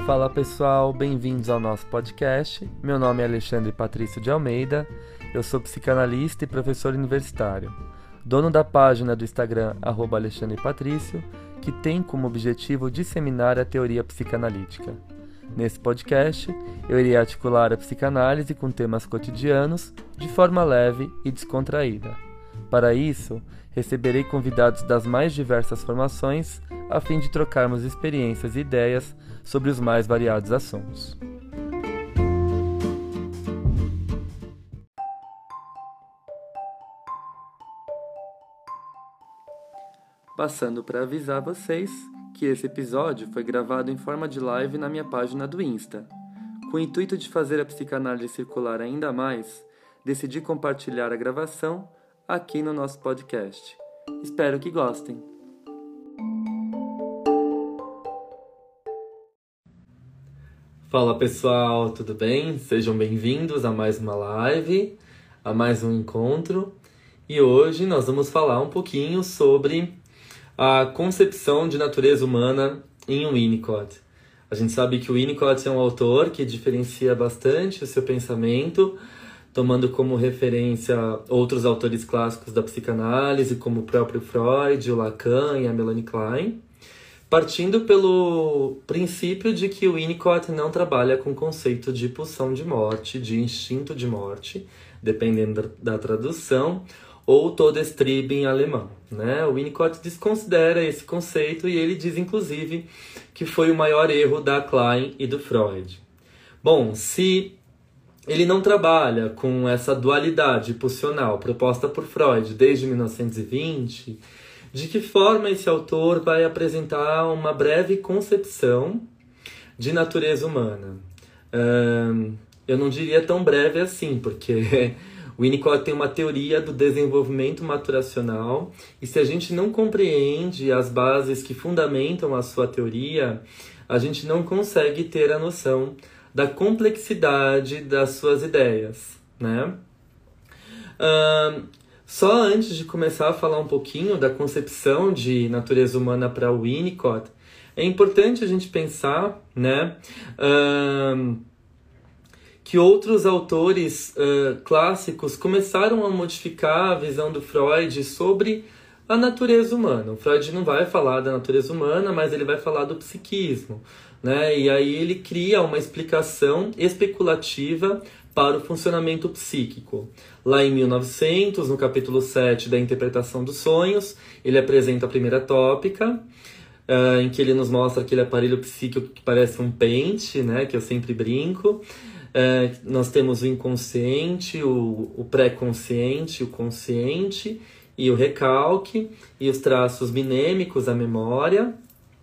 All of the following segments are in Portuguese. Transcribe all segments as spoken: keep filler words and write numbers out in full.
Fala pessoal, bem-vindos ao nosso podcast. Meu nome é Alexandre Patrício de Almeida, eu sou psicanalista e professor universitário, dono da página do Instagram arroba Alexandre Patrício, que tem como objetivo disseminar a teoria psicanalítica. Nesse podcast, eu irei articular a psicanálise com temas cotidianos de forma leve e descontraída. Para isso, receberei convidados das mais diversas formações a fim de trocarmos experiências e ideias sobre os mais variados assuntos. Passando para avisar vocês que esse episódio foi gravado em forma de live na minha página do Insta. Com o intuito de fazer a psicanálise circular ainda mais, decidi compartilhar a gravação aqui no nosso podcast. Espero que gostem. Fala pessoal, tudo bem? Sejam bem-vindos a mais uma live, a mais um encontro. E hoje nós vamos falar um pouquinho sobre a concepção de natureza humana em Winnicott. A gente sabe que o Winnicott é um autor que diferencia bastante o seu pensamento, tomando como referência outros autores clássicos da psicanálise, como o próprio Freud, o Lacan e a Melanie Klein, partindo pelo princípio de que o Winnicott não trabalha com o conceito de pulsão de morte, de instinto de morte, dependendo da tradução, ou Todestrieb em alemão, né? O Winnicott desconsidera esse conceito e ele diz, inclusive, que foi o maior erro da Klein e do Freud. Bom, se ele não trabalha com essa dualidade pulsional proposta por Freud desde mil novecentos e vinte, de que forma esse autor vai apresentar uma breve concepção de natureza humana? Um, eu não diria tão breve assim, porque o Winnicott tem uma teoria do desenvolvimento maturacional, e se a gente não compreende as bases que fundamentam a sua teoria, a gente não consegue ter a noção da complexidade das suas ideias, né? Um, Só antes de começar a falar um pouquinho da concepção de natureza humana para o Winnicott, é importante a gente pensar, né, uh, que outros autores uh, clássicos começaram a modificar a visão do Freud sobre a natureza humana. O Freud não vai falar da natureza humana, mas ele vai falar do psiquismo, né? E aí ele cria uma explicação especulativa para o funcionamento psíquico. Lá em mil e novecentos, no capítulo sete da Interpretação dos Sonhos, ele apresenta a primeira tópica, uh, em que ele nos mostra aquele aparelho psíquico que parece um pente, né, que eu sempre brinco. Uh, nós temos o inconsciente, o, o pré-consciente, o consciente e o recalque, e os traços minêmicos, a memória.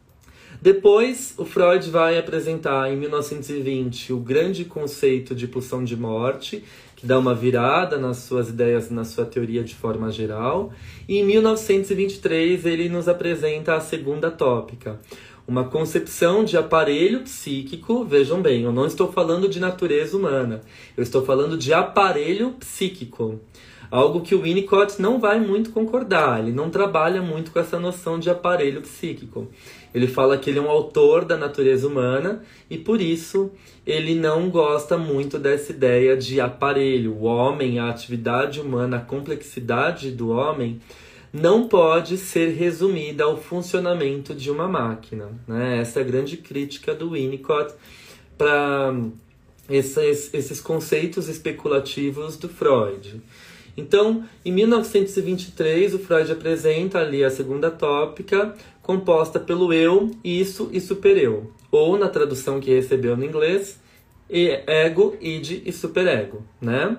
Depois, o Freud vai apresentar, em mil novecentos e vinte, o grande conceito de pulsão de morte, que dá uma virada nas suas ideias, na sua teoria de forma geral. E em mil novecentos e vinte e três, ele nos apresenta a segunda tópica, uma concepção de aparelho psíquico. Vejam bem, eu não estou falando de natureza humana, eu estou falando de aparelho psíquico. Algo que o Winnicott não vai muito concordar, ele não trabalha muito com essa noção de aparelho psíquico. Ele fala que ele é um autor da natureza humana e, por isso, ele não gosta muito dessa ideia de aparelho. O homem, a atividade humana, a complexidade do homem não pode ser resumida ao funcionamento de uma máquina, né? Essa é a grande crítica do Winnicott para esses, esses conceitos especulativos do Freud. Então, em mil novecentos e vinte e três, o Freud apresenta ali a segunda tópica, composta pelo eu, isso e supereu. Ou, na tradução que recebeu no inglês, ego, id e superego, né?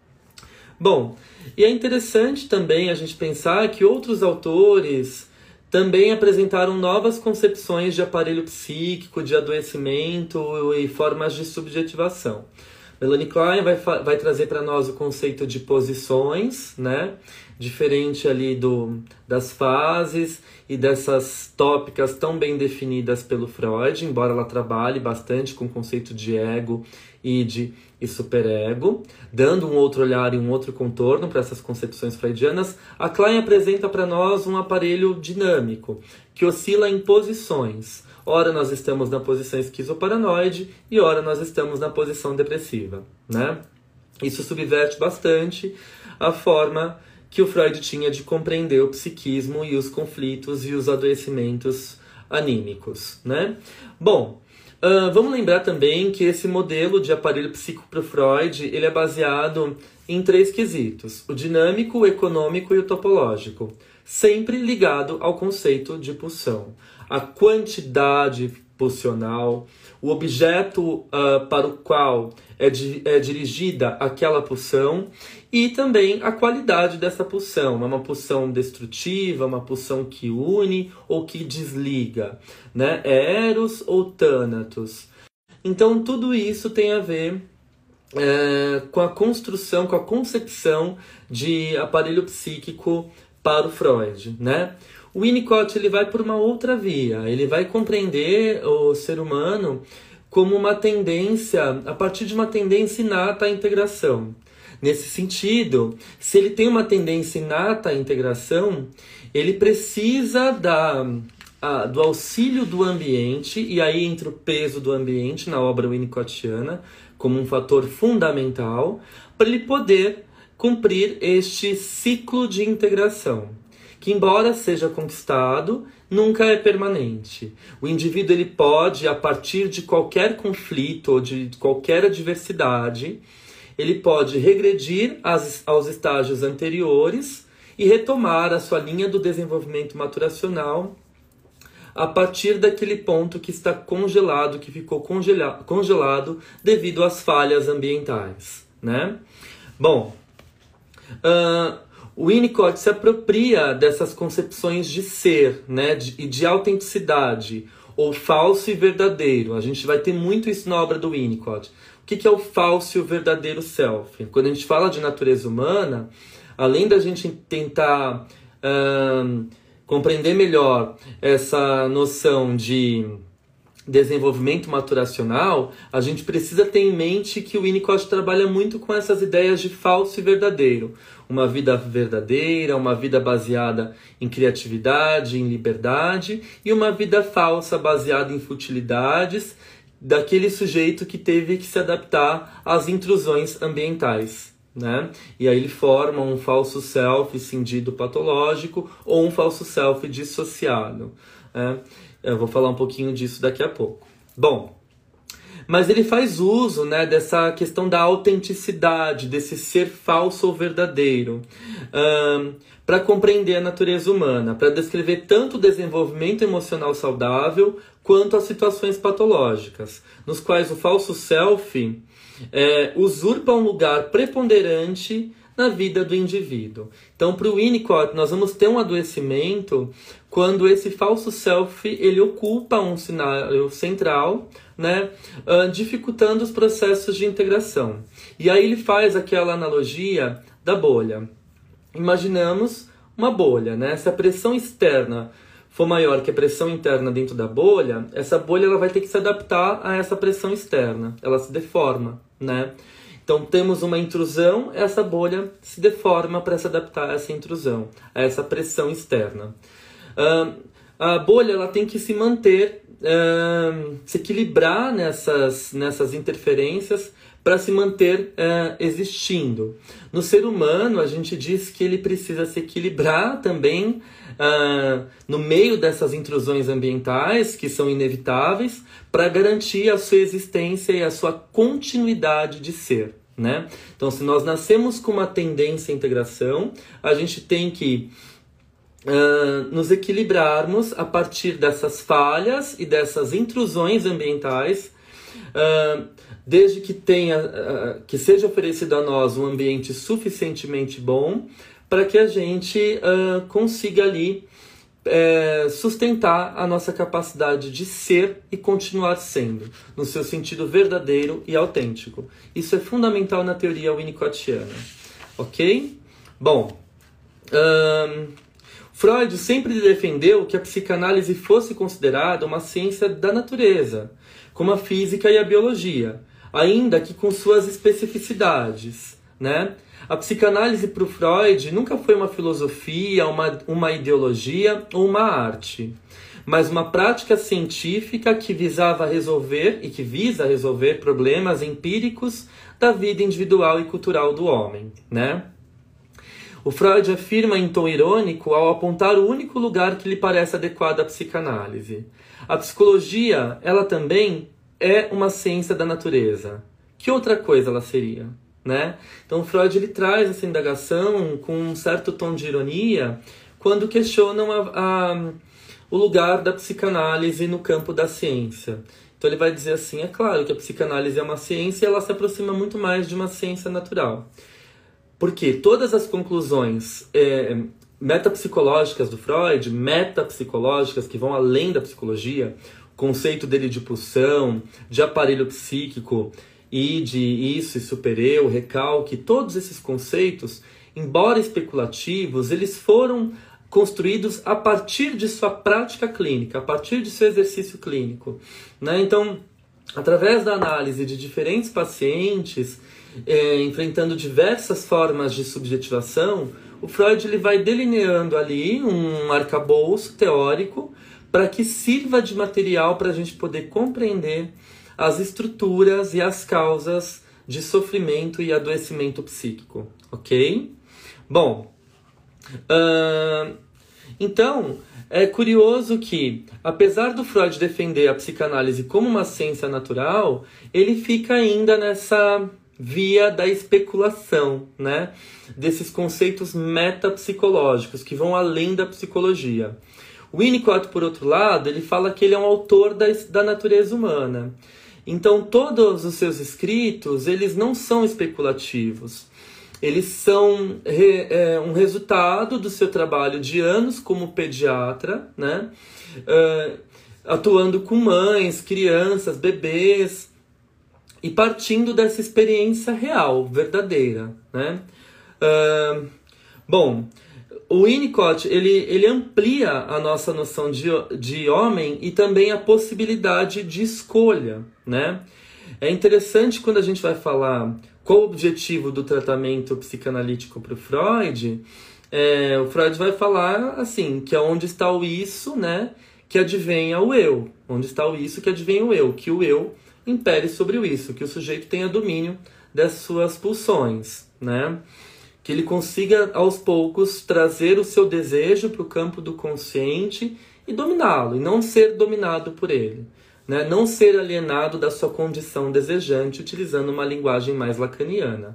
Bom, e é interessante também a gente pensar que outros autores também apresentaram novas concepções de aparelho psíquico, de adoecimento e formas de subjetivação. Melanie Klein vai, vai trazer para nós o conceito de posições, né? Diferente ali do, das fases e dessas tópicas tão bem definidas pelo Freud, embora ela trabalhe bastante com o conceito de ego, id e superego, dando um outro olhar e um outro contorno para essas concepções freudianas. A Klein apresenta para nós um aparelho dinâmico, que oscila em posições. ora nós estamos na posição esquizoparanoide e ora nós estamos na posição depressiva, né? Isso subverte bastante a forma que o Freud tinha de compreender o psiquismo e os conflitos e os adoecimentos anímicos, né? Bom, uh, vamos lembrar também que esse modelo de aparelho psíquico para o Freud, ele é baseado em três quesitos: o dinâmico, o econômico e o topológico, sempre ligado ao conceito de pulsão. A quantidade pulsional, o objeto uh, para o qual é, di- é dirigida aquela pulsão e também a qualidade dessa pulsão. É uma pulsão destrutiva, uma pulsão que une ou que desliga, né? É Eros ou Thanatos. Então tudo isso tem a ver é, com a construção, com a concepção de aparelho psíquico para o Freud, né? O Winnicott ele vai por uma outra via, ele vai compreender o ser humano como uma tendência, a partir de uma tendência inata à integração. Nesse sentido, se ele tem uma tendência inata à integração, ele precisa da, a, do auxílio do ambiente, e aí entra o peso do ambiente na obra winnicottiana como um fator fundamental, para ele poder cumprir este ciclo de integração, que embora seja conquistado, nunca é permanente. O indivíduo ele pode, a partir de qualquer conflito ou de qualquer adversidade, ele pode regredir as, aos estágios anteriores e retomar a sua linha do desenvolvimento maturacional a partir daquele ponto que está congelado, que ficou congela, congelado devido às falhas ambientais, né? Bom, uh, o Winnicott se apropria dessas concepções de ser, né, de, e de autenticidade, ou falso e verdadeiro. A gente vai ter muito isso na obra do Winnicott. O que, que é o falso e o verdadeiro self? Quando a gente fala de natureza humana, além da gente tentar uh, compreender melhor essa noção de desenvolvimento maturacional, a gente precisa ter em mente que o Winnicott trabalha muito com essas ideias de falso e verdadeiro. Uma vida verdadeira, uma vida baseada em criatividade, em liberdade, e uma vida falsa baseada em futilidades, daquele sujeito que teve que se adaptar às intrusões ambientais, né? E aí ele forma um falso self cindido patológico ou um falso self dissociado, né? Eu vou falar um pouquinho disso daqui a pouco. Bom, mas ele faz uso, né, dessa questão da autenticidade, desse ser falso ou verdadeiro, um, para compreender a natureza humana, para descrever tanto o desenvolvimento emocional saudável quanto as situações patológicas, nos quais o falso self é, usurpa um lugar preponderante na vida do indivíduo. Então, para o Winnicott, nós vamos ter um adoecimento quando esse falso self ele ocupa um cenário central, né, uh, dificultando os processos de integração. E aí ele faz aquela analogia da bolha. Imaginamos uma bolha, né? Se a pressão externa for maior que a pressão interna dentro da bolha, essa bolha ela vai ter que se adaptar a essa pressão externa. Ela se deforma, né? Então temos uma intrusão, essa bolha se deforma para se adaptar a essa intrusão, a essa pressão externa. Uh, a bolha ela tem que se manter, uh, se equilibrar nessas, nessas interferências para se manter uh, existindo. No ser humano, a gente diz que ele precisa se equilibrar também uh, no meio dessas intrusões ambientais, que são inevitáveis, para garantir a sua existência e a sua continuidade de ser, né? Então, se nós nascemos com uma tendência à integração, a gente tem que uh, nos equilibrarmos a partir dessas falhas e dessas intrusões ambientais, uh, desde que tenha, uh, que seja oferecido a nós um ambiente suficientemente bom para que a gente uh, consiga ali É, sustentar a nossa capacidade de ser e continuar sendo, no seu sentido verdadeiro e autêntico. Isso é fundamental na teoria winnicottiana. Ok? Bom, um, Freud sempre defendeu que a psicanálise fosse considerada uma ciência da natureza, como a física e a biologia, ainda que com suas especificidades, né? A psicanálise para o Freud nunca foi uma filosofia, uma, uma ideologia ou uma arte, mas uma prática científica que visava resolver e que visa resolver problemas empíricos da vida individual e cultural do homem, né? O Freud afirma em tom irônico ao apontar o único lugar que lhe parece adequado à psicanálise. A psicologia, ela também é uma ciência da natureza. Que outra coisa ela seria, né? Então Freud ele traz essa indagação com um certo tom de ironia quando questionam a, a, o lugar da psicanálise no campo da ciência. Então ele vai dizer assim, é claro que a psicanálise é uma ciência e ela se aproxima muito mais de uma ciência natural. Porque todas as conclusões é, metapsicológicas do Freud, metapsicológicas que vão além da psicologia, o conceito dele de pulsão, de aparelho psíquico, e de isso e supereu, recalque, todos esses conceitos, embora especulativos, eles foram construídos a partir de sua prática clínica, a partir de seu exercício clínico, né? Então, através da análise de diferentes pacientes, é, enfrentando diversas formas de subjetivação, o Freud ele vai delineando ali um arcabouço teórico para que sirva de material para a gente poder compreender as estruturas e as causas de sofrimento e adoecimento psíquico, ok? Bom, uh, então, é curioso que, apesar do Freud defender a psicanálise como uma ciência natural, ele fica ainda nessa via da especulação, né? Desses conceitos metapsicológicos que vão além da psicologia. O Winnicott, por outro lado, ele fala que ele é um autor da, da natureza humana. Então, todos os seus escritos, eles não são especulativos. Eles são re, é, um resultado do seu trabalho de anos como pediatra, né? Uh, atuando com mães, crianças, bebês, e partindo dessa experiência real, verdadeira, né? Uh, bom, o Winnicott, ele, ele amplia a nossa noção de, de homem e também a possibilidade de escolha, né? É interessante quando a gente vai falar qual o objetivo do tratamento psicanalítico para o Freud, é, o Freud vai falar assim, que é onde está o isso, né, que advenha o eu. Onde está o isso que advenha o eu, que o eu impere sobre o isso, que o sujeito tenha domínio das suas pulsões, né? Que ele consiga, aos poucos, trazer o seu desejo para o campo do consciente e dominá-lo, e não ser dominado por ele. Né? Não ser alienado da sua condição desejante, utilizando uma linguagem mais lacaniana.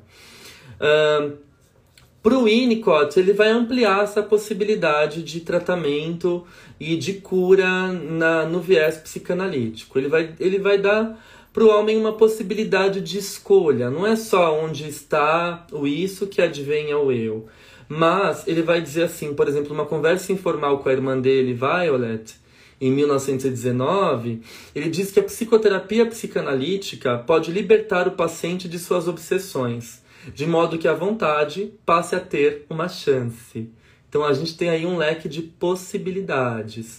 Uh, para o Winnicott, ele vai ampliar essa possibilidade de tratamento e de cura na, no viés psicanalítico. Ele vai, ele vai dar para o homem uma possibilidade de escolha. Não é só onde está o isso que advenha o eu. Mas ele vai dizer assim, por exemplo, uma conversa informal com a irmã dele, Violet, em mil novecentos e dezenove, ele diz que a psicoterapia psicanalítica pode libertar o paciente de suas obsessões, de modo que a vontade passe a ter uma chance. Então a gente tem aí um leque de possibilidades.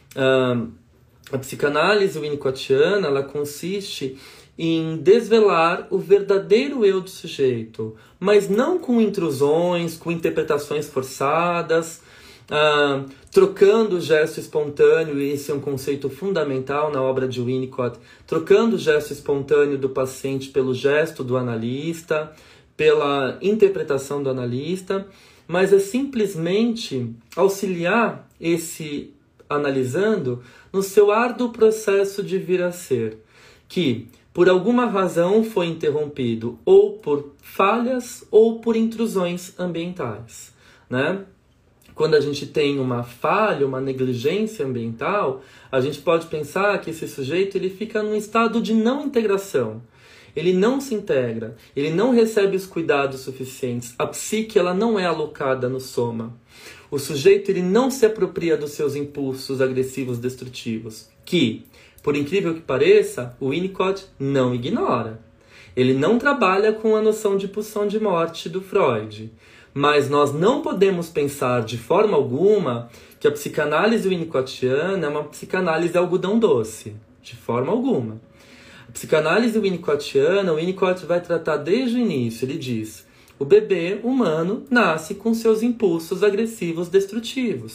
Uh, a psicanálise winnicottiana, ela consiste em desvelar o verdadeiro eu do sujeito, mas não com intrusões, com interpretações forçadas, Uh, trocando o gesto espontâneo, e esse é um conceito fundamental na obra de Winnicott, trocando o gesto espontâneo do paciente pelo gesto do analista, pela interpretação do analista, mas é simplesmente auxiliar esse analisando no seu árduo processo de vir a ser, que por alguma razão foi interrompido ou por falhas ou por intrusões ambientais, né? Quando a gente tem uma falha, uma negligência ambiental, a gente pode pensar que esse sujeito ele fica num estado de não integração. Ele não se integra, ele não recebe os cuidados suficientes. A psique ela não é alocada no soma. O sujeito ele não se apropria dos seus impulsos agressivos destrutivos, que, por incrível que pareça, o Winnicott não ignora. Ele não trabalha com a noção de pulsão de morte do Freud. Mas nós não podemos pensar de forma alguma que a psicanálise winnicottiana é uma psicanálise algodão doce. De forma alguma. A psicanálise winnicottiana, o Winnicott vai tratar desde o início. Ele diz, o bebê humano nasce com seus impulsos agressivos destrutivos.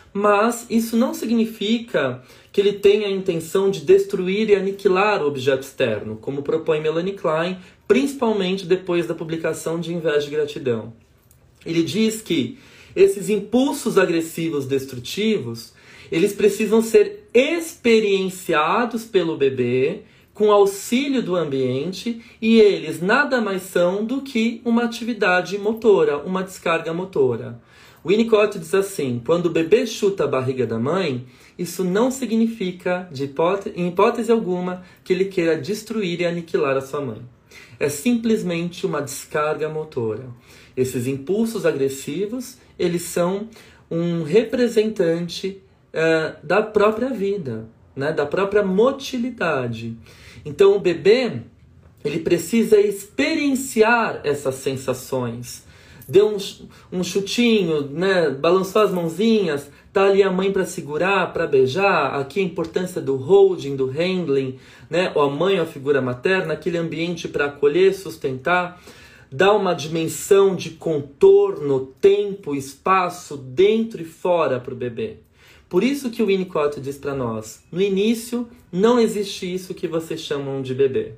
Mas isso não significa que ele tenha a intenção de destruir e aniquilar o objeto externo, como propõe Melanie Klein, principalmente depois da publicação de Inveja e Gratidão. Ele diz que esses impulsos agressivos destrutivos, eles precisam ser experienciados pelo bebê com auxílio do ambiente, e eles nada mais são do que uma atividade motora, uma descarga motora. O Winnicott diz assim: quando o bebê chuta a barriga da mãe, isso não significa, de hipótese, em hipótese alguma, que ele queira destruir e aniquilar a sua mãe. É simplesmente uma descarga motora. Esses impulsos agressivos, eles são um representante uh, da própria vida, né? Da própria motilidade. Então o bebê, ele precisa experienciar essas sensações. Deu um, um chutinho, né? Balançou as mãozinhas, tá ali a mãe para segurar, para beijar. Aqui a importância do holding, do handling, né? Ou a mãe ou a figura materna, aquele ambiente para acolher, sustentar, dá uma dimensão de contorno, tempo, espaço, dentro e fora para o bebê. Por isso que o Winnicott diz para nós, no início não existe isso que vocês chamam de bebê.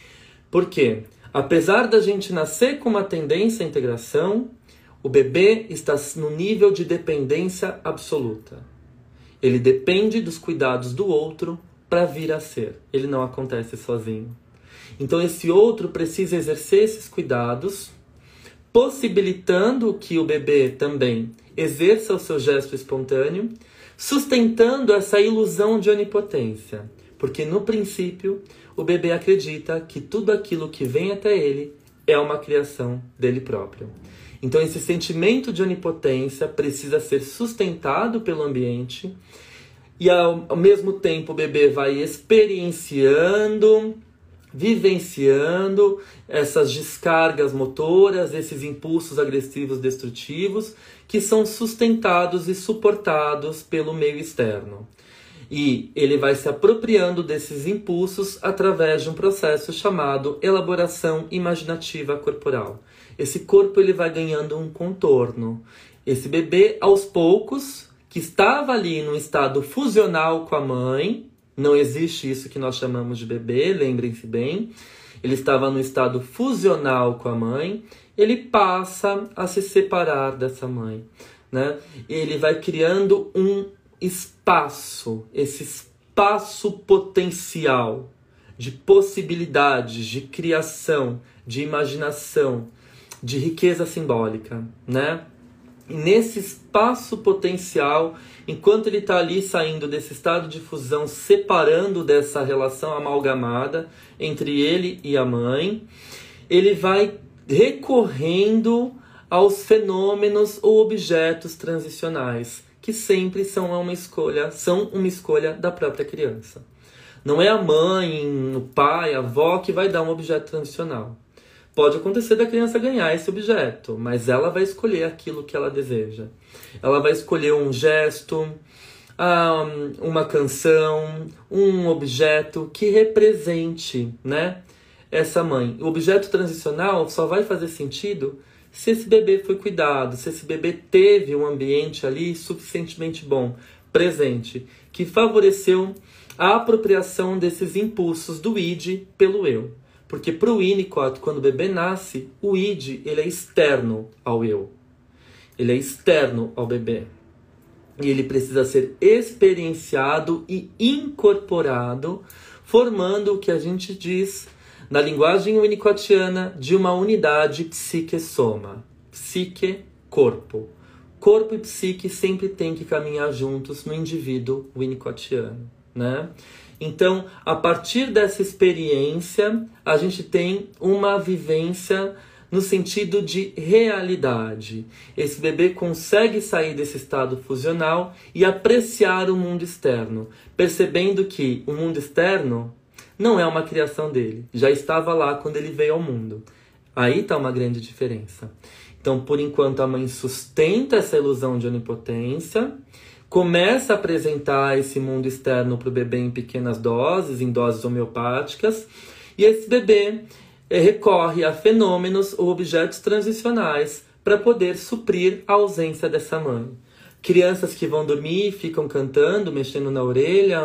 Por quê? Apesar da gente nascer com uma tendência à integração, o bebê está no nível de dependência absoluta. Ele depende dos cuidados do outro para vir a ser. Ele não acontece sozinho. Então esse outro precisa exercer esses cuidados, possibilitando que o bebê também exerça o seu gesto espontâneo, sustentando essa ilusão de onipotência. Porque no princípio, o bebê acredita que tudo aquilo que vem até ele é uma criação dele próprio. Então esse sentimento de onipotência precisa ser sustentado pelo ambiente, e ao, ao mesmo tempo o bebê vai experienciando, vivenciando essas descargas motoras, esses impulsos agressivos destrutivos, que são sustentados e suportados pelo meio externo. E ele vai se apropriando desses impulsos através de um processo chamado elaboração imaginativa corporal. Esse corpo ele vai ganhando um contorno. Esse bebê, aos poucos, que estava ali num estado fusional com a mãe, não existe isso que nós chamamos de bebê, lembrem-se bem, ele estava no estado fusional com a mãe, ele passa a se separar dessa mãe, né? E ele vai criando um espaço, esse espaço potencial de possibilidades, de criação, de imaginação, de riqueza simbólica, né? E nesse espaço potencial, enquanto ele está ali saindo desse estado de fusão, separando dessa relação amalgamada entre ele e a mãe, ele vai recorrendo aos fenômenos ou objetos transicionais, que sempre são uma escolha, são uma escolha da própria criança. Não é a mãe, o pai, a avó que vai dar um objeto transicional. Pode acontecer da criança ganhar esse objeto, mas ela vai escolher aquilo que ela deseja. Ela vai escolher um gesto, uma canção, um objeto que represente, né, essa mãe. O objeto transicional só vai fazer sentido se esse bebê foi cuidado, se esse bebê teve um ambiente ali suficientemente bom, presente, que favoreceu a apropriação desses impulsos do id pelo eu. Porque para o Winnicott, quando o bebê nasce, o id ele é externo ao eu. Ele é externo ao bebê. E ele precisa ser experienciado e incorporado, formando o que a gente diz na linguagem winnicottiana de uma unidade psique-soma. Psique, corpo. Corpo e psique sempre têm que caminhar juntos no indivíduo winnicottiano, né? Então, a partir dessa experiência, a gente tem uma vivência no sentido de realidade. Esse bebê consegue sair desse estado fusional e apreciar o mundo externo, percebendo que o mundo externo não é uma criação dele, já estava lá quando ele veio ao mundo. Aí está uma grande diferença. Então, por enquanto, a mãe sustenta essa ilusão de onipotência, começa a apresentar esse mundo externo para o bebê em pequenas doses, em doses homeopáticas, e esse bebê eh, recorre a fenômenos ou objetos transicionais para poder suprir a ausência dessa mãe. Crianças que vão dormir, ficam cantando, mexendo na orelha,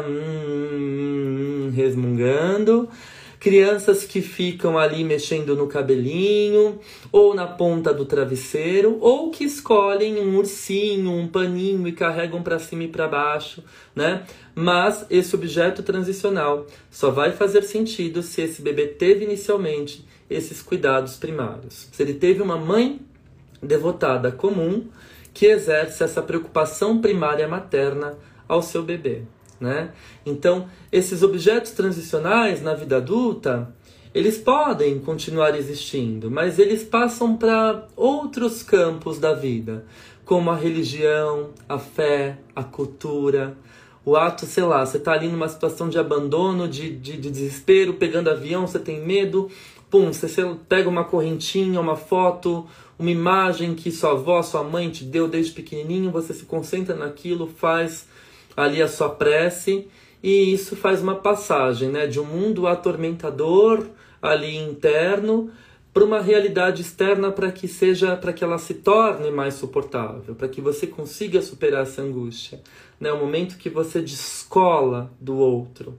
hum, resmungando. Crianças que ficam ali mexendo no cabelinho, ou na ponta do travesseiro, ou que escolhem um ursinho, um paninho e carregam para cima e para baixo, né? Mas esse objeto transicional só vai fazer sentido se esse bebê teve inicialmente esses cuidados primários. Se ele teve uma mãe devotada comum que exerce essa preocupação primária materna ao seu bebê. Né? Então, esses objetos transicionais na vida adulta, eles podem continuar existindo, mas eles passam para outros campos da vida, como a religião, a fé, a cultura, o ato, sei lá, você está ali numa situação de abandono, de, de, de desespero, pegando avião, você tem medo, pum, você, você pega uma correntinha, uma foto, uma imagem que sua avó, sua mãe te deu desde pequenininho, você se concentra naquilo, faz ali a sua prece, e isso faz uma passagem, né, de um mundo atormentador ali interno para uma realidade externa, para que seja, para que ela se torne mais suportável, para que você consiga superar essa angústia, né, o momento que você descola do outro.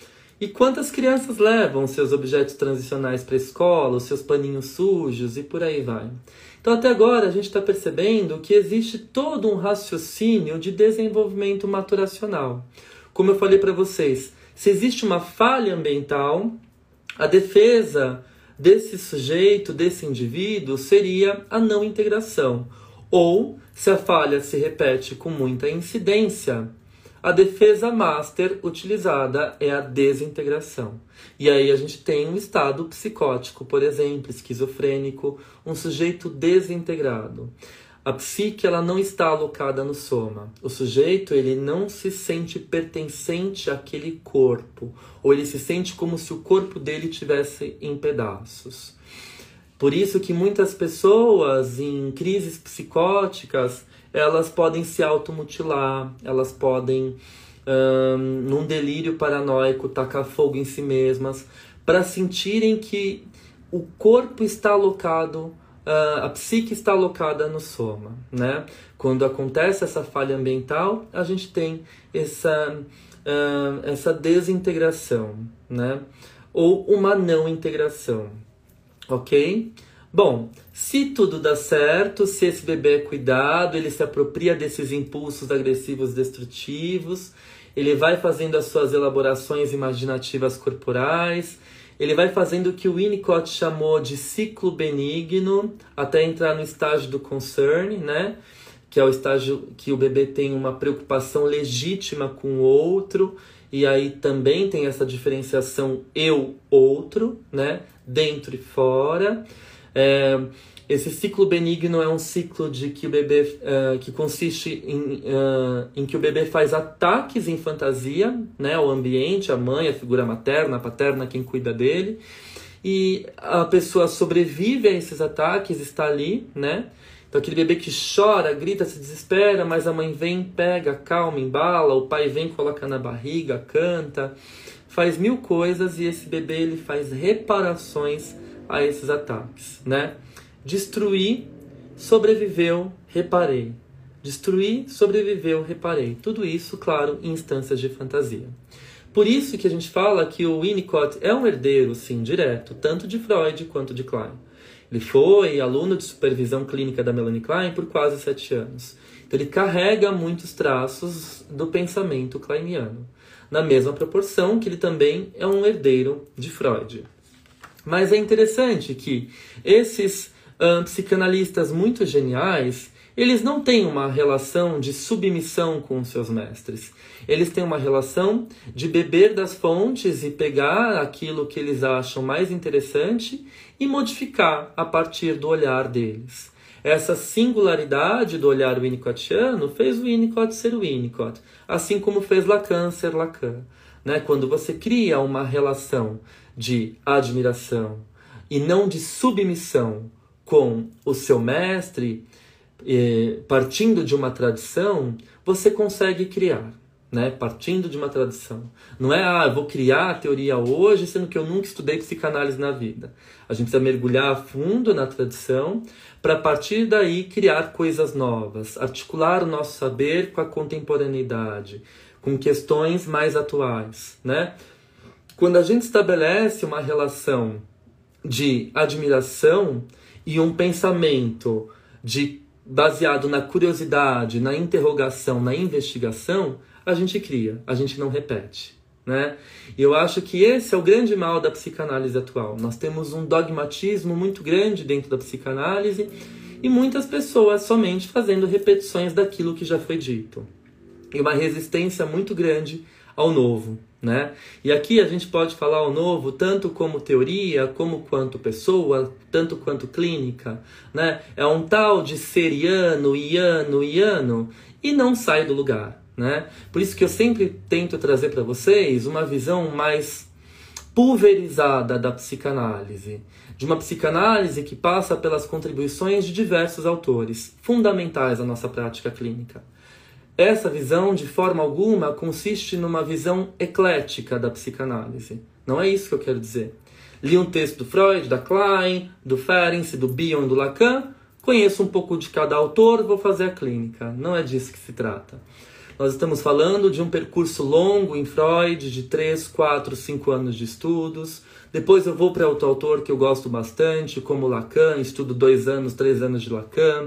E quantas crianças levam seus objetos transicionais para a escola, os seus paninhos sujos e por aí vai. Então, até agora, a gente está percebendo que existe todo um raciocínio de desenvolvimento maturacional. Como eu falei para vocês, se existe uma falha ambiental, a defesa desse sujeito, desse indivíduo, seria a não integração. Ou, se a falha se repete com muita incidência, a defesa master utilizada é a desintegração. E aí a gente tem um estado psicótico, por exemplo, esquizofrênico, um sujeito desintegrado. A psique, ela não está alocada no soma. O sujeito, ele não se sente pertencente àquele corpo, ou ele se sente como se o corpo dele estivesse em pedaços. Por isso que muitas pessoas em crises psicóticas, elas podem se automutilar, elas podem, hum, num delírio paranoico, tacar fogo em si mesmas, para sentirem que o corpo está alocado, uh, a psique está alocada no soma, né? Quando acontece essa falha ambiental, a gente tem essa, uh, essa desintegração, né? Ou uma não integração, ok? Bom, se tudo dá certo, se esse bebê é cuidado, ele se apropria desses impulsos agressivos destrutivos, ele vai fazendo as suas elaborações imaginativas corporais, ele vai fazendo o que o Winnicott chamou de ciclo benigno, até entrar no estágio do concern, né? Que é o estágio que o bebê tem uma preocupação legítima com o outro, e aí também tem essa diferenciação eu-outro, né? Dentro e fora. É, esse ciclo benigno é um ciclo de que o bebê uh, que consiste em, uh, em que o bebê faz ataques em fantasia, né, ao ambiente, a mãe, a figura materna, a paterna, quem cuida dele, e a pessoa sobrevive a esses ataques, está ali, né? Então aquele bebê que chora, grita, se desespera, mas a mãe vem, pega, calma, embala, o pai vem, coloca na barriga, canta, faz mil coisas, e esse bebê ele faz reparações a esses ataques, né? Destruir, sobreviveu, reparei. Destruir, sobreviveu, reparei. Tudo isso, claro, em instâncias de fantasia. Por isso que a gente fala que o Winnicott é um herdeiro, sim, direto, tanto de Freud quanto de Klein. Ele foi aluno de supervisão clínica da Melanie Klein por quase sete anos. Então ele carrega muitos traços do pensamento kleiniano, na mesma proporção que ele também é um herdeiro de Freud. Mas é interessante que esses hum, psicanalistas muito geniais, eles não têm uma relação de submissão com os seus mestres. Eles têm uma relação de beber das fontes e pegar aquilo que eles acham mais interessante e modificar a partir do olhar deles. Essa singularidade do olhar winnicottiano fez o Winnicott ser o Winnicott, assim como fez Lacan ser Lacan. Né? Quando você cria uma relação de admiração e não de submissão com o seu mestre, eh, partindo de uma tradição, você consegue criar, né? Partindo de uma tradição. Não é, ah, eu vou criar a teoria hoje, sendo que eu nunca estudei psicanálise na vida. A gente precisa mergulhar a fundo na tradição para, a partir daí, criar coisas novas, articular o nosso saber com a contemporaneidade, com questões mais atuais, né? Quando a gente estabelece uma relação de admiração e um pensamento de, baseado na curiosidade, na interrogação, na investigação, a gente cria, a gente não repete, né? E eu acho que esse é o grande mal da psicanálise atual. Nós temos um dogmatismo muito grande dentro da psicanálise e muitas pessoas somente fazendo repetições daquilo que já foi dito. E uma resistência muito grande ao novo, né? E aqui a gente pode falar ao novo tanto como teoria, como quanto pessoa, tanto quanto clínica, né? É um tal de ser iano, iano, iano, e não sai do lugar, né? Por isso que eu sempre tento trazer para vocês uma visão mais pulverizada da psicanálise, de uma psicanálise que passa pelas contribuições de diversos autores, fundamentais à nossa prática clínica. Essa visão, de forma alguma, consiste numa visão eclética da psicanálise. Não é isso que eu quero dizer. Li um texto do Freud, da Klein, do Ferenczi, do Bion, do Lacan, conheço um pouco de cada autor, vou fazer a clínica. Não é disso que se trata. Nós estamos falando de um percurso longo em Freud, de três, quatro, cinco anos de estudos. Depois eu vou para outro autor que eu gosto bastante, como Lacan, estudo dois anos, três anos de Lacan.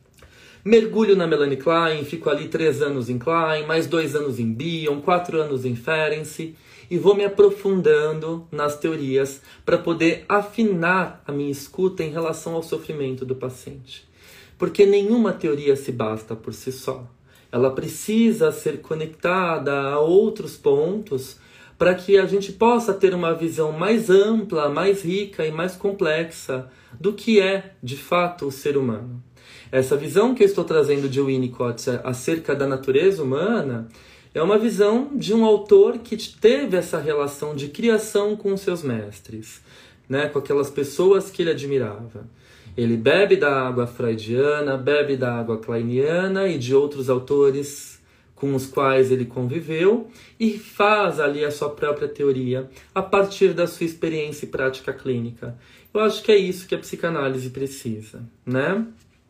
Mergulho na Melanie Klein, fico ali três anos em Klein, mais dois anos em Bion, quatro anos em Ferenczi, e vou me aprofundando nas teorias para poder afinar a minha escuta em relação ao sofrimento do paciente. Porque nenhuma teoria se basta por si só. Ela precisa ser conectada a outros pontos para que a gente possa ter uma visão mais ampla, mais rica e mais complexa do que é, de fato, o ser humano. Essa visão que eu estou trazendo de Winnicott acerca da natureza humana é uma visão de um autor que teve essa relação de criação com os seus mestres, né, com aquelas pessoas que ele admirava. Ele bebe da água freudiana, bebe da água kleiniana e de outros autores com os quais ele conviveu e faz ali a sua própria teoria a partir da sua experiência e prática clínica. Eu acho que é isso que a psicanálise precisa, né?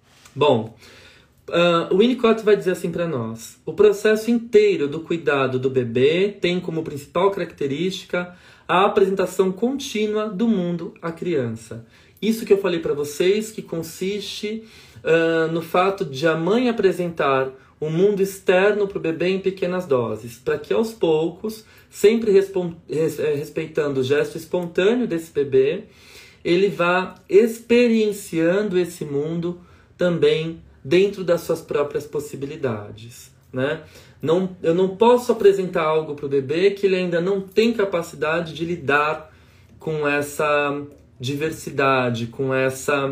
Bom, uh, o Winnicott vai dizer assim para nós: o processo inteiro do cuidado do bebê tem como principal característica a apresentação contínua do mundo à criança. Isso que eu falei para vocês, que consiste uh, no fato de a mãe apresentar o mundo externo para o bebê em pequenas doses, para que aos poucos, sempre respeitando o gesto espontâneo desse bebê, ele vá experienciando esse mundo também dentro das suas próprias possibilidades, né? Não, eu não posso apresentar algo para o bebê que ele ainda não tem capacidade de lidar com essa diversidade, com essa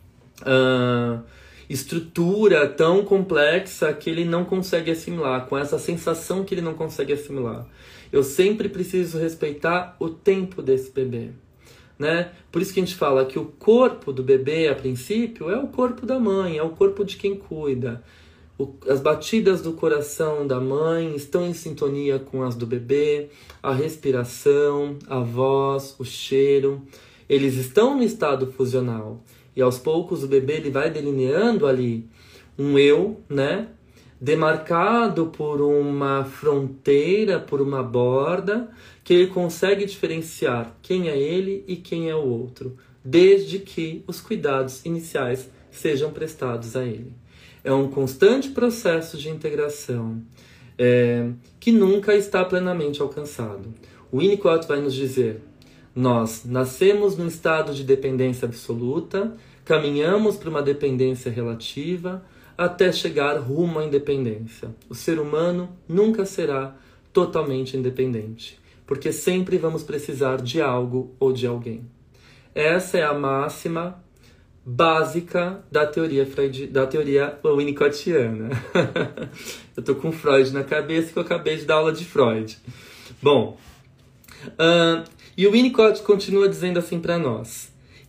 uh, estrutura tão complexa que ele não consegue assimilar, com essa sensação que ele não consegue assimilar. Eu sempre preciso respeitar o tempo desse bebê, né? Por isso que a gente fala que o corpo do bebê, a princípio, é o corpo da mãe, é o corpo de quem cuida. O, as batidas do coração da mãe estão em sintonia com as do bebê, a respiração, a voz, o cheiro, eles estão no estado fusional. E aos poucos o bebê ele vai delineando ali um eu, né? Demarcado por uma fronteira, por uma borda, que ele consegue diferenciar quem é ele e quem é o outro, desde que os cuidados iniciais sejam prestados a ele. É um constante processo de integração é, que nunca está plenamente alcançado. O Winnicott vai nos dizer: nós nascemos num estado de dependência absoluta, caminhamos para uma dependência relativa, até chegar rumo à independência. O ser humano nunca será totalmente independente, porque sempre vamos precisar de algo ou de alguém. Essa é a máxima básica da teoria, Freud, da teoria winnicottiana. Eu tô com Freud na cabeça que eu acabei de dar aula de Freud. Bom, uh, e o Winnicott continua dizendo assim para nós: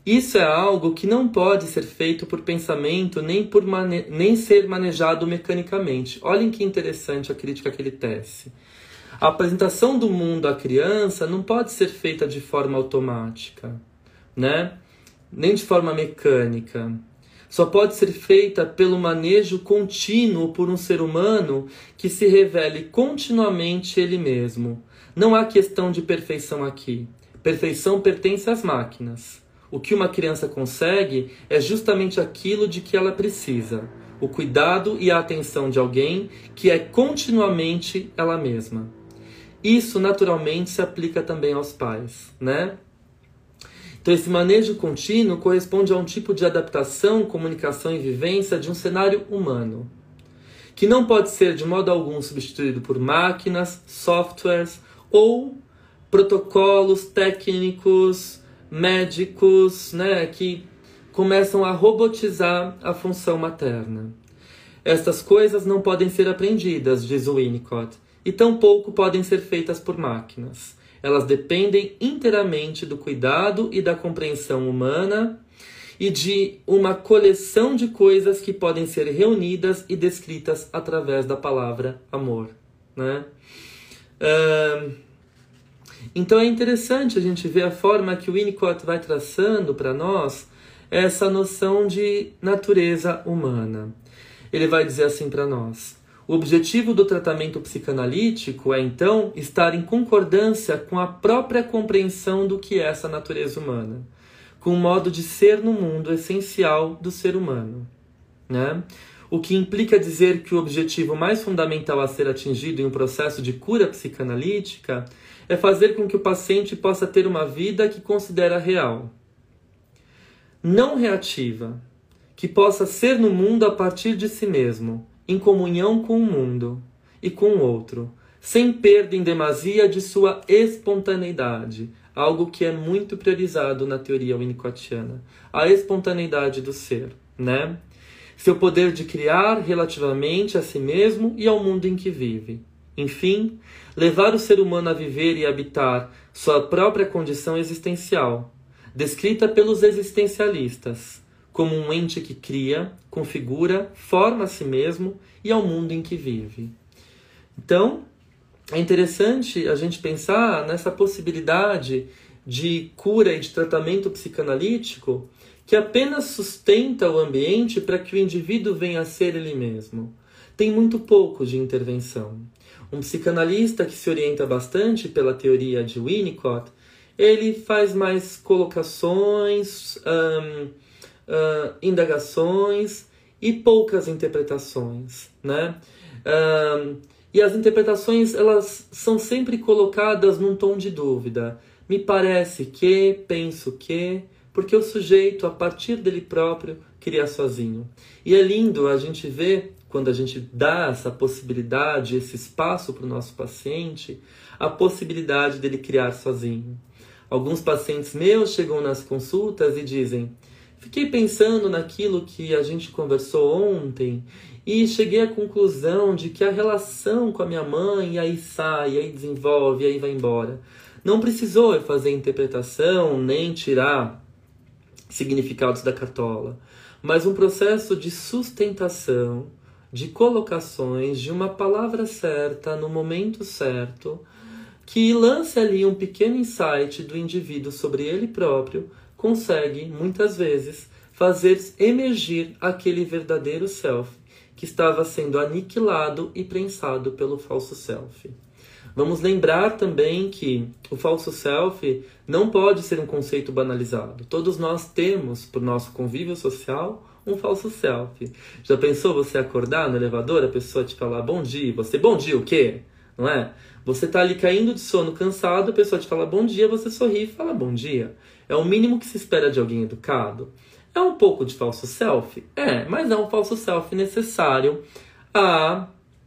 Isso é algo que não pode ser feito por pensamento nem, por mane- nem ser manejado mecanicamente. Olhem que interessante a crítica que ele tece. A apresentação do mundo à criança não pode ser feita de forma automática, né? Nem de forma mecânica. Só pode ser feita pelo manejo contínuo por um ser humano que se revele continuamente ele mesmo. Não há questão de perfeição aqui. Perfeição pertence às máquinas. O que uma criança consegue é justamente aquilo de que ela precisa. O cuidado e a atenção de alguém que é continuamente ela mesma. Isso naturalmente se aplica também aos pais, né? Então esse manejo contínuo corresponde a um tipo de adaptação, comunicação e vivência de um cenário humano, que não pode ser de modo algum substituído por máquinas, softwares ou protocolos técnicos, médicos, né, que começam a robotizar a função materna. Estas coisas não podem ser aprendidas, diz Winnicott, e tampouco podem ser feitas por máquinas. Elas dependem inteiramente do cuidado e da compreensão humana e de uma coleção de coisas que podem ser reunidas e descritas através da palavra amor, né? Uh, então é interessante a gente ver a forma que o Winnicott vai traçando para nós essa noção de natureza humana. Ele vai dizer assim para nós: o objetivo do tratamento psicanalítico é, então, estar em concordância com a própria compreensão do que é essa natureza humana, com o modo de ser no mundo essencial do ser humano, né? O que implica dizer que o objetivo mais fundamental a ser atingido em um processo de cura psicanalítica é fazer com que o paciente possa ter uma vida que considera real, não reativa, que possa ser no mundo a partir de si mesmo, em comunhão com o mundo e com o outro, sem perda em demasia de sua espontaneidade, algo que é muito priorizado na teoria winnicottiana, a espontaneidade do ser, né? Seu poder de criar relativamente a si mesmo e ao mundo em que vive. Enfim, levar o ser humano a viver e habitar sua própria condição existencial, descrita pelos existencialistas, como um ente que cria, configura, forma a si mesmo e ao mundo em que vive. Então, é interessante a gente pensar nessa possibilidade de cura e de tratamento psicanalítico que apenas sustenta o ambiente para que o indivíduo venha a ser ele mesmo. Tem muito pouco de intervenção. Um psicanalista que se orienta bastante pela teoria de Winnicott, ele faz mais colocações, hum, Uh, indagações e poucas interpretações, né? Uh, e as interpretações, elas são sempre colocadas num tom de dúvida. Me parece que, penso que, porque o sujeito, a partir dele próprio, cria sozinho. E é lindo a gente ver, quando a gente dá essa possibilidade, esse espaço para o nosso paciente, a possibilidade dele criar sozinho. Alguns pacientes meus chegam nas consultas e dizem: fiquei pensando naquilo que a gente conversou ontem e cheguei à conclusão de que a relação com a minha mãe, e aí sai, e aí desenvolve, e aí vai embora. Não precisou eu fazer interpretação, nem tirar significados da cartola, mas um processo de sustentação, de colocações de uma palavra certa, no momento certo, que lance ali um pequeno insight do indivíduo sobre ele próprio, consegue, muitas vezes, fazer emergir aquele verdadeiro self que estava sendo aniquilado e prensado pelo falso self. Vamos lembrar também que o falso self não pode ser um conceito banalizado. Todos nós temos, por nosso convívio social, um falso self. Já pensou você acordar no elevador, a pessoa te falar bom dia, você bom dia o quê? Não é? Você tá ali caindo de sono, cansado, a pessoa te fala bom dia, você sorri e fala bom dia. É o mínimo que se espera de alguém educado. É um pouco de falso self? É, mas é um falso self necessário à,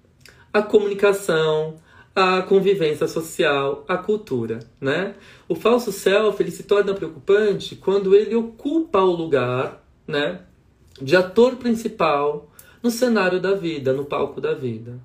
à comunicação, à convivência social, à cultura, né? O falso self, ele se torna preocupante quando ele ocupa o lugar, né, de ator principal no cenário da vida, no palco da vida.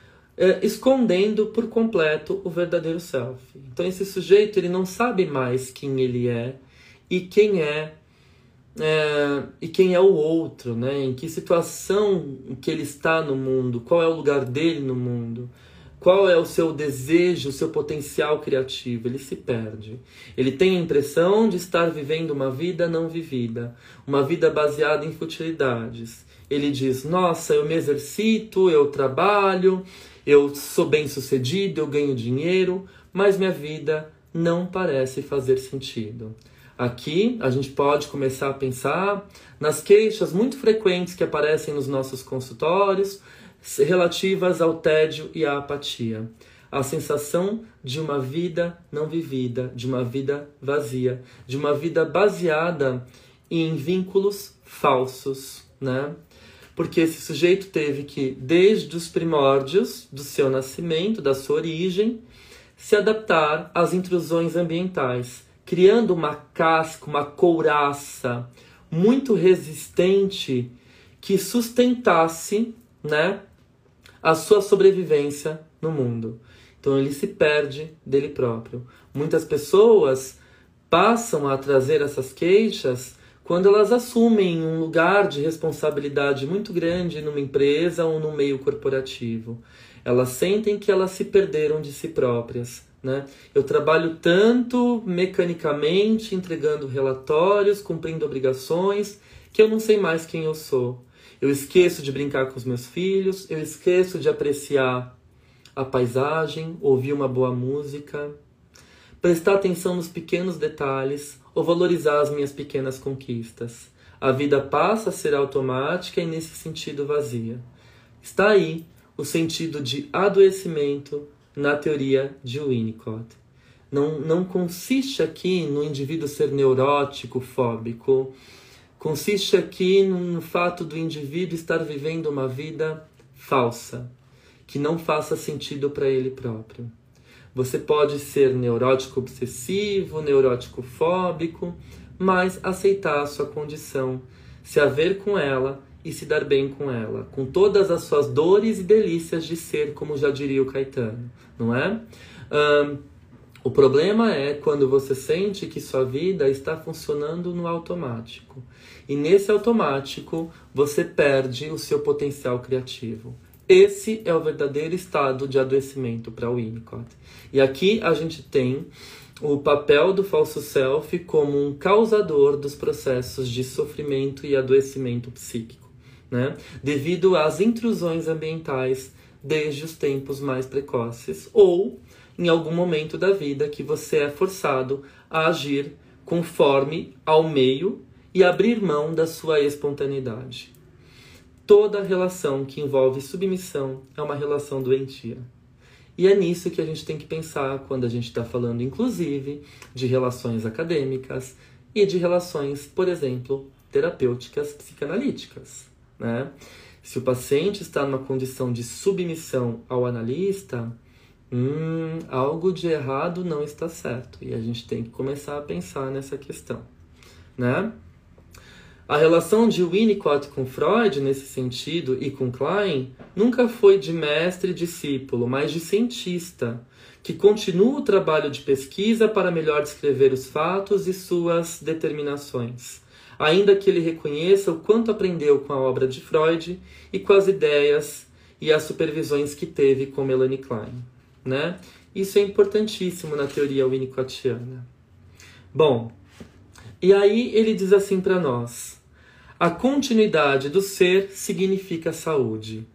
É, escondendo por completo o verdadeiro self. Então esse sujeito, ele não sabe mais quem ele é e quem é é, e quem é o outro, né? Em que situação que ele está no mundo, qual é o lugar dele no mundo, qual é o seu desejo, o seu potencial criativo. Ele se perde. Ele tem a impressão de estar vivendo uma vida não vivida, uma vida baseada em futilidades. Ele diz, nossa, eu me exercito, eu trabalho, eu sou bem-sucedido, eu ganho dinheiro, mas minha vida não parece fazer sentido. Aqui a gente pode começar a pensar nas queixas muito frequentes que aparecem nos nossos consultórios relativas ao tédio e à apatia. A sensação de uma vida não vivida, de uma vida vazia, de uma vida baseada em vínculos falsos, né? Porque esse sujeito teve que, desde os primórdios do seu nascimento, da sua origem, se adaptar às intrusões ambientais, criando uma casca, uma couraça muito resistente que sustentasse, né, a sua sobrevivência no mundo. Então ele se perde dele próprio. Muitas pessoas passam a trazer essas queixas quando elas assumem um lugar de responsabilidade muito grande numa empresa ou no meio corporativo. Elas sentem que elas se perderam de si próprias, né? Eu trabalho tanto mecanicamente, entregando relatórios, cumprindo obrigações, que eu não sei mais quem eu sou. Eu esqueço de brincar com os meus filhos, eu esqueço de apreciar a paisagem, ouvir uma boa música, prestar atenção nos pequenos detalhes ou valorizar as minhas pequenas conquistas. A vida passa a ser automática e, nesse sentido, vazia. Está aí o sentido de adoecimento na teoria de Winnicott. Não, não consiste aqui no indivíduo ser neurótico, fóbico. Consiste aqui no fato do indivíduo estar vivendo uma vida falsa, que não faça sentido para ele próprio. Você pode ser neurótico obsessivo, neurótico fóbico, mas aceitar a sua condição, se haver com ela e se dar bem com ela, com todas as suas dores e delícias de ser, como já diria o Caetano, não é? Um, o problema é quando você sente que sua vida está funcionando no automático. E nesse automático, você perde o seu potencial criativo. Esse é o verdadeiro estado de adoecimento para Winnicott. E aqui a gente tem o papel do falso self como um causador dos processos de sofrimento e adoecimento psíquico, né? Devido às intrusões ambientais desde os tempos mais precoces ou em algum momento da vida que você é forçado a agir conforme ao meio e abrir mão da sua espontaneidade. Toda relação que envolve submissão é uma relação doentia. E é nisso que a gente tem que pensar quando a gente está falando, inclusive, de relações acadêmicas e de relações, por exemplo, terapêuticas psicanalíticas, né? Se o paciente está numa condição de submissão ao analista, hum, algo de errado não está certo. E a gente tem que começar a pensar nessa questão, né? A relação de Winnicott com Freud, nesse sentido, e com Klein, nunca foi de mestre e discípulo, mas de cientista, que continua o trabalho de pesquisa para melhor descrever os fatos e suas determinações, ainda que ele reconheça o quanto aprendeu com a obra de Freud e com as ideias e as supervisões que teve com Melanie Klein, né? Isso é importantíssimo na teoria winnicottiana. Bom, e aí ele diz assim para nós: a continuidade do ser significa saúde.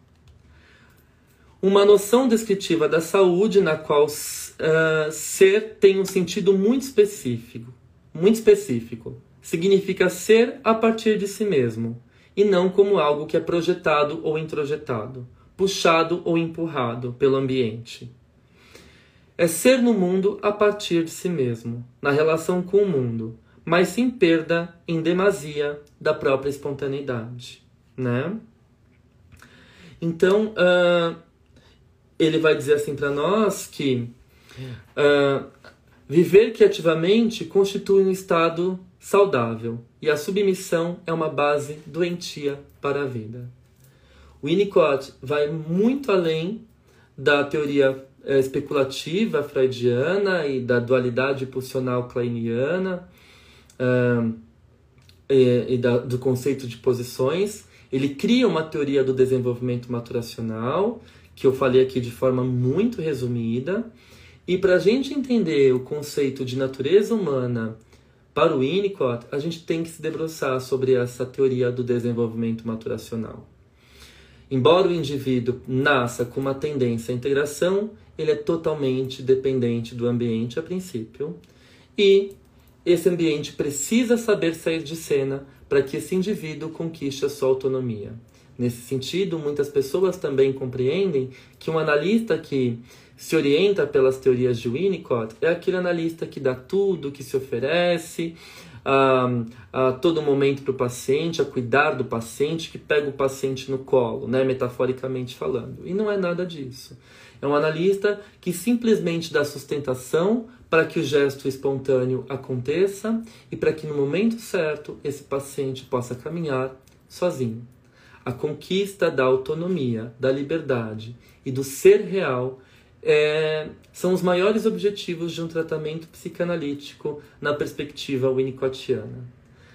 Uma noção descritiva da saúde na qual uh, ser tem um sentido muito específico. Muito específico. Significa ser a partir de si mesmo, e não como algo que é projetado ou introjetado, puxado ou empurrado pelo ambiente. É ser no mundo a partir de si mesmo, na relação com o mundo, mas sem perda em demasia da própria espontaneidade, né? Então, uh, ele vai dizer assim para nós que uh, viver criativamente constitui um estado saudável e a submissão é uma base doentia para a vida. Winnicott vai muito além da teoria uh, especulativa freudiana e da dualidade pulsional kleiniana, Uh, e, e da, do conceito de posições. Ele cria uma teoria do desenvolvimento maturacional, que eu falei aqui de forma muito resumida. E para a gente entender o conceito de natureza humana para o Winnicott, a gente tem que se debruçar sobre essa teoria do desenvolvimento maturacional. Embora o indivíduo nasça com uma tendência à integração, ele é totalmente dependente do ambiente a princípio. E esse ambiente precisa saber sair de cena para que esse indivíduo conquiste a sua autonomia. Nesse sentido, muitas pessoas também compreendem que um analista que se orienta pelas teorias de Winnicott é aquele analista que dá tudo, que se oferece a, a todo momento para o paciente, a cuidar do paciente, que pega o paciente no colo, né, metaforicamente falando. E não é nada disso. É um analista que simplesmente dá sustentação para que o gesto espontâneo aconteça e para que no momento certo esse paciente possa caminhar sozinho. A conquista da autonomia, da liberdade e do ser real é, são os maiores objetivos de um tratamento psicanalítico na perspectiva winnicottiana.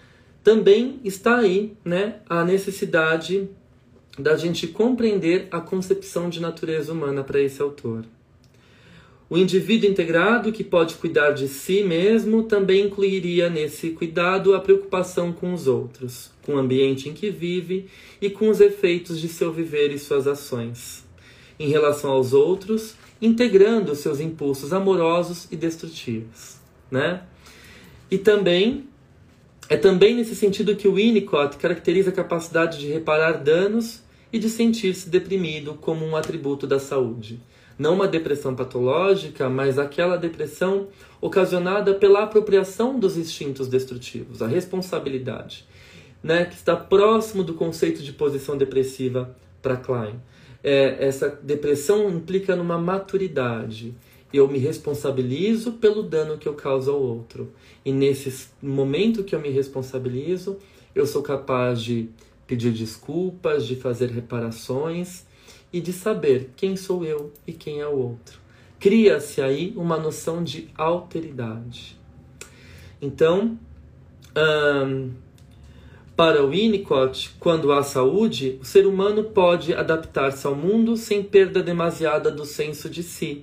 Também está aí, né, a necessidade da gente compreender a concepção de natureza humana para esse autor. O indivíduo integrado que pode cuidar de si mesmo também incluiria nesse cuidado a preocupação com os outros, com o ambiente em que vive e com os efeitos de seu viver e suas ações. Em relação aos outros, integrando seus impulsos amorosos e destrutivos, né? E também, é também nesse sentido que o Winnicott caracteriza a capacidade de reparar danos e de sentir-se deprimido como um atributo da saúde. Não uma depressão patológica, mas aquela depressão ocasionada pela apropriação dos instintos destrutivos, a responsabilidade, né, que está próximo do conceito de posição depressiva para Klein. É, essa depressão implica numa maturidade. Eu me responsabilizo pelo dano que eu causo ao outro. E nesse momento que eu me responsabilizo, eu sou capaz de pedir desculpas, de fazer reparações e de saber quem sou eu e quem é o outro. Cria-se aí uma noção de alteridade. Então, hum, para o Winnicott, quando há saúde, o ser humano pode adaptar-se ao mundo sem perda demasiada do senso de si,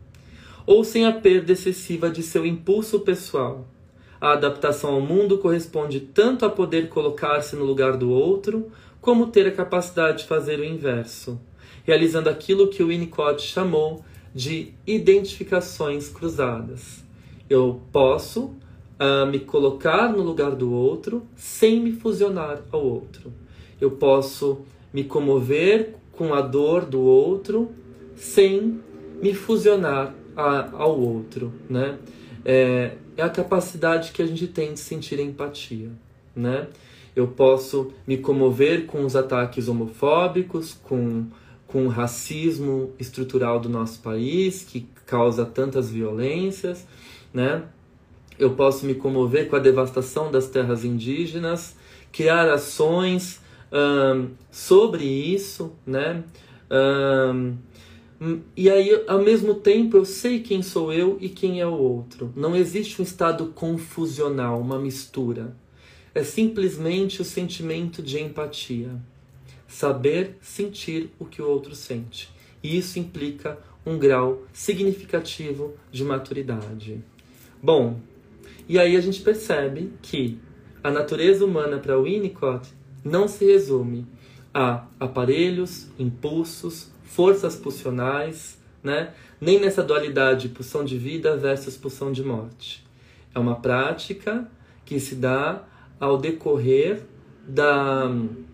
ou sem a perda excessiva de seu impulso pessoal. A adaptação ao mundo corresponde tanto a poder colocar-se no lugar do outro, como ter a capacidade de fazer o inverso, realizando aquilo que o Winnicott chamou de identificações cruzadas. Eu posso uh, me colocar no lugar do outro sem me fusionar ao outro. Eu posso me comover com a dor do outro sem me fusionar a, ao outro, né? É, é a capacidade que a gente tem de sentir empatia, né? Eu posso me comover com os ataques homofóbicos, com, com o racismo estrutural do nosso país, que causa tantas violências, né? Eu posso me comover com a devastação das terras indígenas, criar ações hum, sobre isso, né? Hum, E aí, ao mesmo tempo, eu sei quem sou eu e quem é o outro. Não existe um estado confusional, uma mistura. É simplesmente o sentimento de empatia. Saber sentir o que o outro sente. E isso implica um grau significativo de maturidade. Bom, e aí a gente percebe que a natureza humana para Winnicott não se resume a aparelhos, impulsos, forças pulsionais, né? Nem nessa dualidade pulsão de vida versus pulsão de morte. É uma prática que se dá ao decorrer da,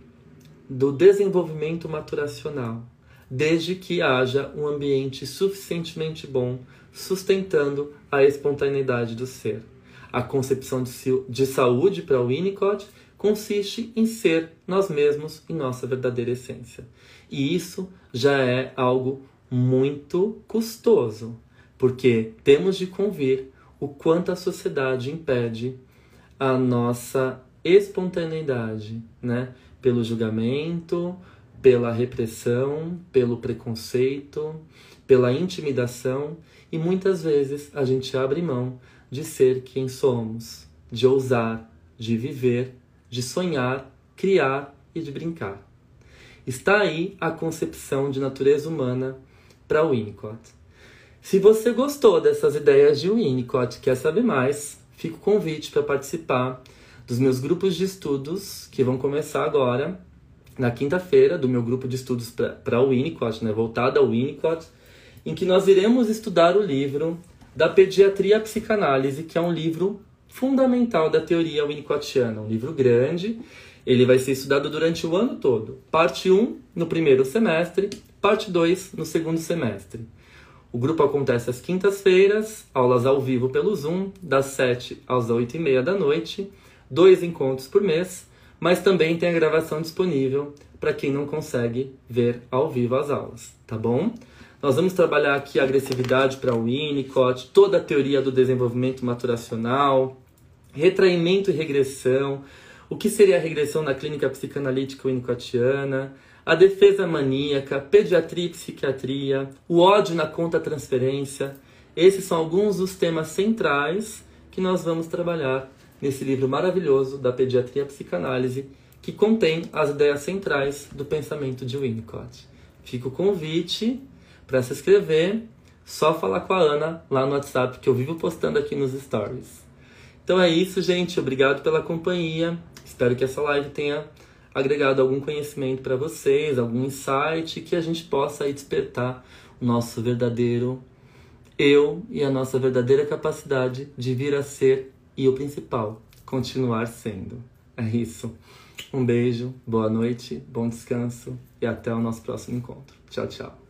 do desenvolvimento maturacional, desde que haja um ambiente suficientemente bom sustentando a espontaneidade do ser. A concepção de, de saúde para Winnicott consiste em ser nós mesmos em nossa verdadeira essência. E isso já é algo muito custoso, porque temos de convir o quanto a sociedade impede a nossa espontaneidade, né? Pelo julgamento, pela repressão, pelo preconceito, pela intimidação, e muitas vezes a gente abre mão de ser quem somos, de ousar, de viver de sonhar, criar e de brincar. Está aí a concepção de natureza humana para o Winnicott. Se você gostou dessas ideias de Winnicott e quer saber mais, fica o convite para participar dos meus grupos de estudos, que vão começar agora, na quinta-feira, do meu grupo de estudos para o Winnicott, né, voltado ao Winnicott, em que nós iremos estudar o livro da Pediatria à Psicanálise, que é um livro fundamental da teoria winnicottiana, um livro grande. Ele vai ser estudado durante o ano todo. Parte um no primeiro semestre, parte dois no segundo semestre. O grupo acontece às quintas-feiras, aulas ao vivo pelo Zoom, das sete às oito e meia da noite, dois encontros por mês, mas também tem a gravação disponível para quem não consegue ver ao vivo as aulas, tá bom? Nós vamos trabalhar aqui a agressividade para o Winnicott, toda a teoria do desenvolvimento maturacional, retraimento e regressão, o que seria a regressão na clínica psicanalítica winnicottiana, a defesa maníaca, pediatria e psiquiatria, o ódio na contra-transferência. Esses são alguns dos temas centrais que nós vamos trabalhar nesse livro maravilhoso da Pediatria e Psicanálise, que contém as ideias centrais do pensamento de Winnicott. Fica o convite para se inscrever, só falar com a Ana lá no WhatsApp, que eu vivo postando aqui nos stories. Então é isso, gente. Obrigado pela companhia. Espero que essa live tenha agregado algum conhecimento para vocês, algum insight, que a gente possa aí despertar o nosso verdadeiro eu e a nossa verdadeira capacidade de vir a ser e o principal, continuar sendo. É isso. Um beijo, boa noite, bom descanso e até o nosso próximo encontro. Tchau, tchau.